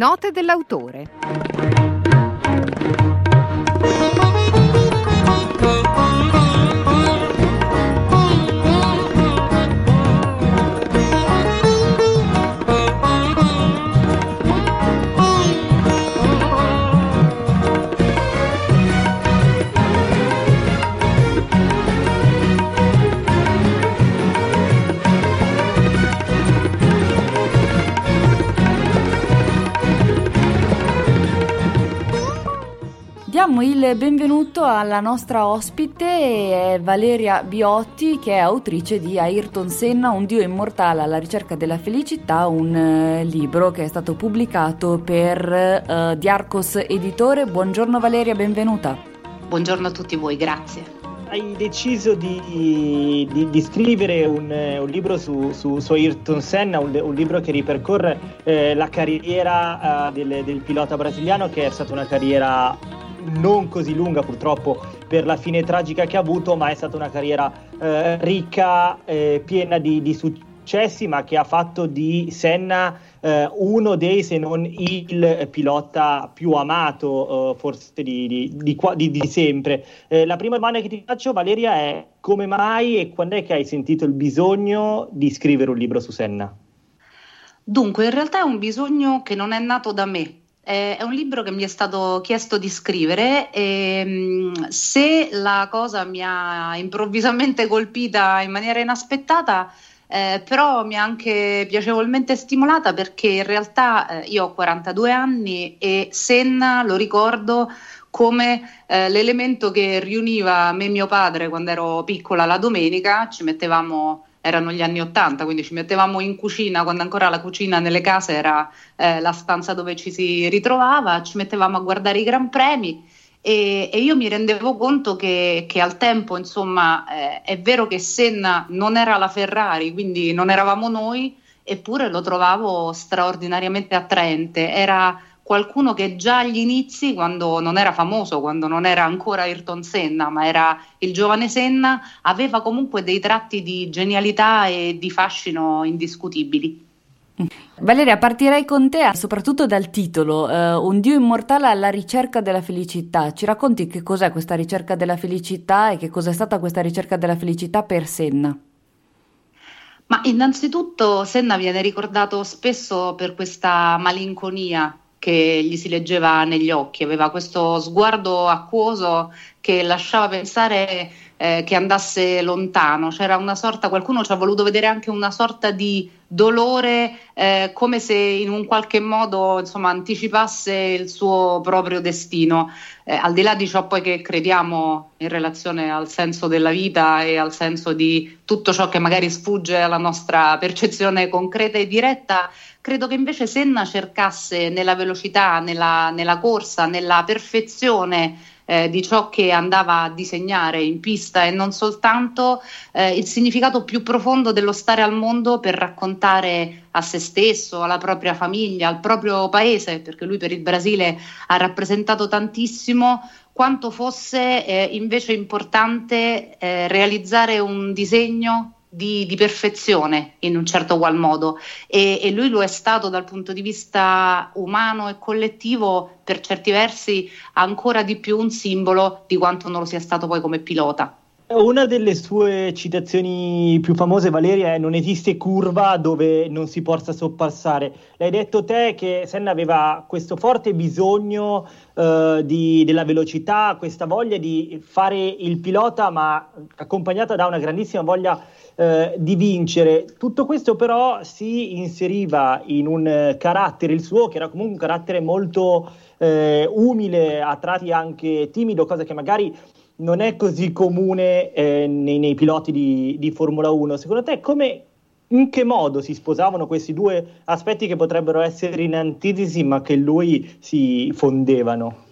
Note dell'autore. Diamo il benvenuto alla nostra ospite Valeria Biotti, che è autrice di Ayrton Senna, un dio immortale alla ricerca della felicità, un libro che è stato pubblicato per Diarcos Editore. Buongiorno Valeria, benvenuta. Buongiorno a tutti voi, grazie. Hai deciso di scrivere un libro su Ayrton Senna, un libro che ripercorre la carriera del pilota brasiliano, che è stata una carriera non così lunga purtroppo per la fine tragica che ha avuto, ma è stata una carriera ricca, piena di successi, ma che ha fatto di Senna uno dei, se non il pilota più amato forse di sempre. La prima domanda che ti faccio, Valeria, è: come mai e quando è che hai sentito il bisogno di scrivere un libro su Senna? Dunque, in realtà è un bisogno che non è nato da me. È un libro che mi è stato chiesto di scrivere e se la cosa mi ha improvvisamente colpita in maniera inaspettata, però mi ha anche piacevolmente stimolata, perché in realtà io ho 42 anni e Senna lo ricordo come l'elemento che riuniva me e mio padre quando ero piccola la domenica. Ci mettevamo, erano gli anni '80, quindi ci mettevamo in cucina, quando ancora la cucina nelle case era la stanza dove ci si ritrovava, ci mettevamo a guardare i Gran Premi e io mi rendevo conto che al tempo, insomma, è vero che Senna non era la Ferrari, quindi non eravamo noi, eppure lo trovavo straordinariamente attraente. Era qualcuno che già agli inizi, quando non era famoso, quando non era ancora Ayrton Senna, ma era il giovane Senna, aveva comunque dei tratti di genialità e di fascino indiscutibili. Valeria, partirei con te soprattutto dal titolo, un dio immortale alla ricerca della felicità. Ci racconti che cos'è questa ricerca della felicità e che cos'è stata questa ricerca della felicità per Senna? Ma innanzitutto Senna viene ricordato spesso per questa malinconia che gli si leggeva negli occhi. Aveva questo sguardo acquoso che lasciava pensare che andasse lontano. C'era una sorta, qualcuno ci ha voluto vedere anche una sorta di dolore, come se in un qualche modo, insomma, anticipasse il suo proprio destino. Al di là di ciò poi che crediamo in relazione al senso della vita e al senso di tutto ciò che magari sfugge alla nostra percezione concreta e diretta, credo che invece Senna cercasse nella velocità, nella corsa, nella perfezione di ciò che andava a disegnare in pista e non soltanto, il significato più profondo dello stare al mondo per raccontare a se stesso, alla propria famiglia, al proprio paese, perché lui per il Brasile ha rappresentato tantissimo, quanto fosse invece importante realizzare un disegno di perfezione in un certo qual modo, e lui lo è stato dal punto di vista umano e collettivo, per certi versi ancora di più un simbolo di quanto non lo sia stato poi come pilota. Una delle sue citazioni più famose, Valeria, è: non esiste curva dove non si possa sorpassare. L'hai detto te che Senna aveva questo forte bisogno della velocità, questa voglia di fare il pilota, ma accompagnata da una grandissima voglia di vincere. Tutto questo però si inseriva in un carattere, il suo, che era comunque un carattere molto umile, a tratti anche timido, cosa che magari non è così comune nei piloti di Formula 1. Secondo te in che modo si sposavano questi due aspetti che potrebbero essere in antitesi, ma che lui si fondevano?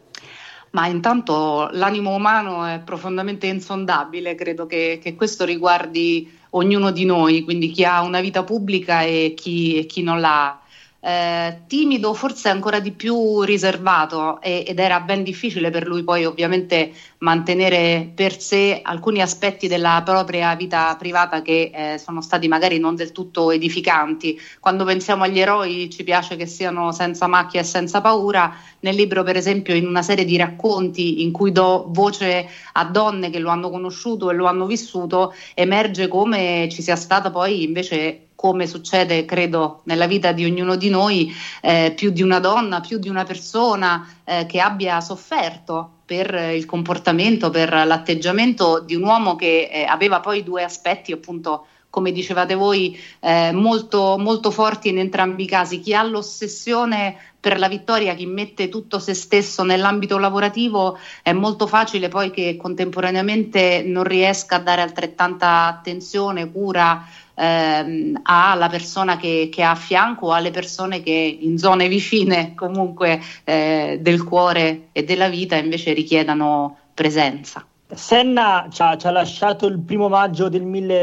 Ma intanto l'animo umano è profondamente insondabile, credo che questo riguardi ognuno di noi, quindi chi ha una vita pubblica e chi non l'ha. timido, forse ancora di più riservato, ed era ben difficile per lui poi ovviamente mantenere per sé alcuni aspetti della propria vita privata che sono stati magari non del tutto edificanti. Quando pensiamo agli eroi ci piace che siano senza macchia e senza paura. Nel libro, per esempio, in una serie di racconti in cui do voce a donne che lo hanno conosciuto e lo hanno vissuto, emerge come ci sia stata poi invece, come succede credo nella vita di ognuno di noi, più di una donna, più di una persona che abbia sofferto per il comportamento, per l'atteggiamento di un uomo che aveva poi due aspetti, appunto, come dicevate voi, molto, molto forti in entrambi i casi. Chi ha l'ossessione per la vittoria, chi mette tutto se stesso nell'ambito lavorativo, è molto facile poi che contemporaneamente non riesca a dare altrettanta attenzione, cura alla persona che ha a fianco, o alle persone che in zone vicine comunque del cuore e della vita invece richiedano presenza. Senna ci ha lasciato il 1 maggio del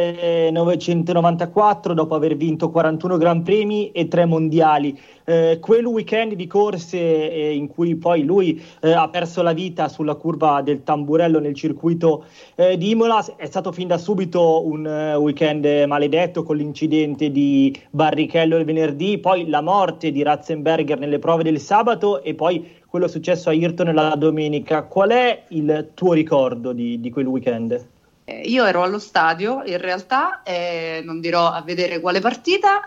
1994 dopo aver vinto 41 Gran Premi e 3 mondiali. Quel weekend di corse in cui poi lui ha perso la vita sulla curva del Tamburello nel circuito di Imola è stato fin da subito un weekend maledetto, con l'incidente di Barrichello il venerdì, poi la morte di Ratzenberger nelle prove del sabato e poi quello successo a Ayrton la domenica. Qual è il tuo ricordo di quel weekend? Io ero allo stadio, in realtà, non dirò a vedere quale partita,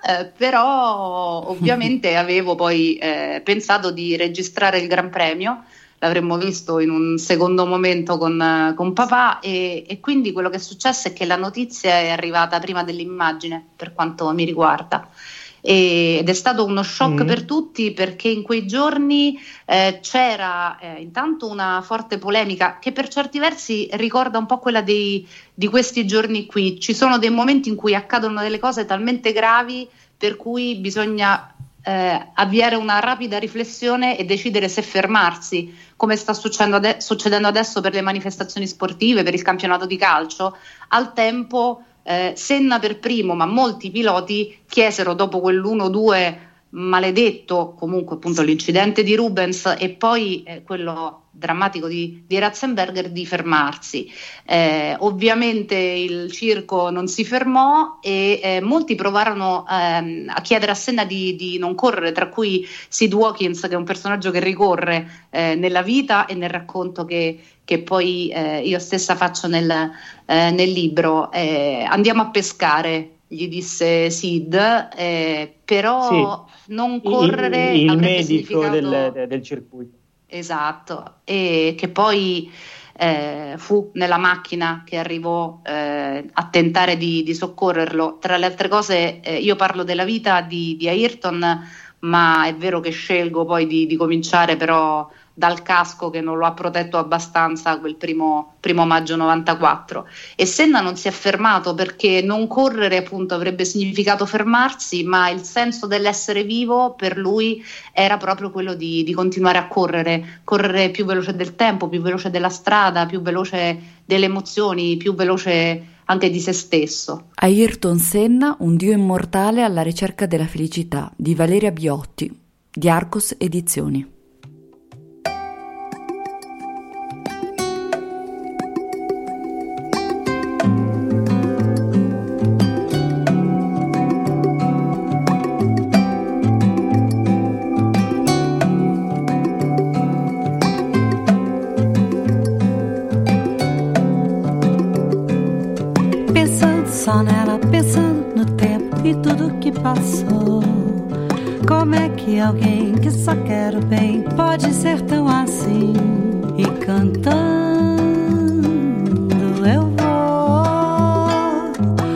però ovviamente avevo poi pensato di registrare il Gran Premio. L'avremmo visto in un secondo momento con papà, e quindi quello che è successo è che la notizia è arrivata prima dell'immagine, per quanto mi riguarda. Ed è stato uno shock per tutti, perché in quei giorni c'era intanto una forte polemica che per certi versi ricorda un po' quella di questi giorni qui. Ci sono dei momenti in cui accadono delle cose talmente gravi per cui bisogna avviare una rapida riflessione e decidere se fermarsi, come sta succedendo adesso per le manifestazioni sportive, per il campionato di calcio. Al tempo Senna per primo, ma molti piloti chiesero, dopo quell'1-2 maledetto, comunque appunto l'incidente di Rubens e poi quello drammatico di Ratzenberger, di fermarsi. Ovviamente il circo non si fermò e molti provarono a chiedere a Senna di non correre, tra cui Sid Watkins, che è un personaggio che ricorre nella vita e nel racconto che poi io stessa faccio nel libro. Andiamo a pescare, gli disse Sid, però sì, non correre il medico del circuito. Esatto, e che poi fu nella macchina che arrivò a tentare di soccorrerlo. Tra le altre cose, io parlo della vita di Ayrton, ma è vero che scelgo poi di cominciare però dal casco, che non lo ha protetto abbastanza quel primo maggio 94. E Senna non si è fermato, perché non correre appunto avrebbe significato fermarsi, ma il senso dell'essere vivo per lui era proprio quello di continuare a correre più veloce del tempo, più veloce della strada, più veloce delle emozioni, più veloce anche di se stesso. Ayrton Senna, un dio immortale alla ricerca della felicità, di Valeria Biotti, di Arcos Edizioni. Só nela, pensando no tempo e tudo que passou. Como é que alguém que só quer o bem pode ser tão assim? E cantando eu vou,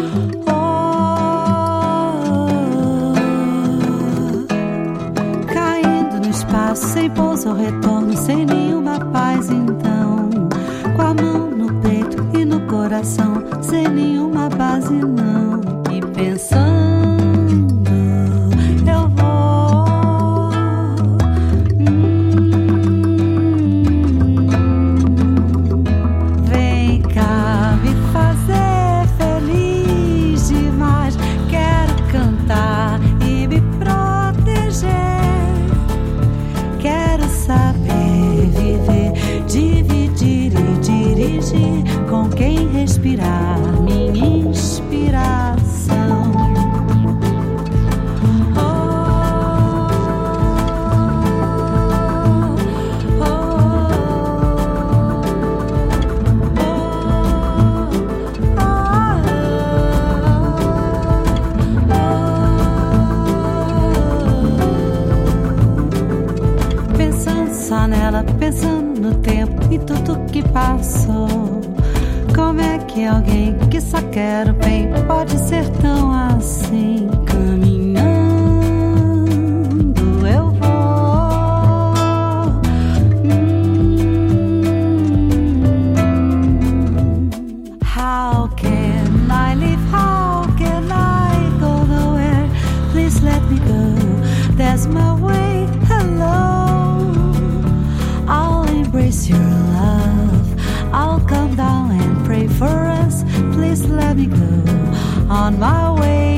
caindo no espaço, sem pouso ou retorno, sem nenhuma paz. Então, com a mão no peito e no coração, sem nenhuma base não, e pensando eu vou, vem cá me fazer feliz demais, quero cantar e me proteger, só nela, pensando no tempo e tudo que passou. Como é que alguém que só quer o bem pode ser tão assim? Caminhando eu vou. How can I live? How can I go nowhere? Please let me go. There's my way. Hello. I'll embrace your love. I'll come down and pray for us. Please let me go on my way.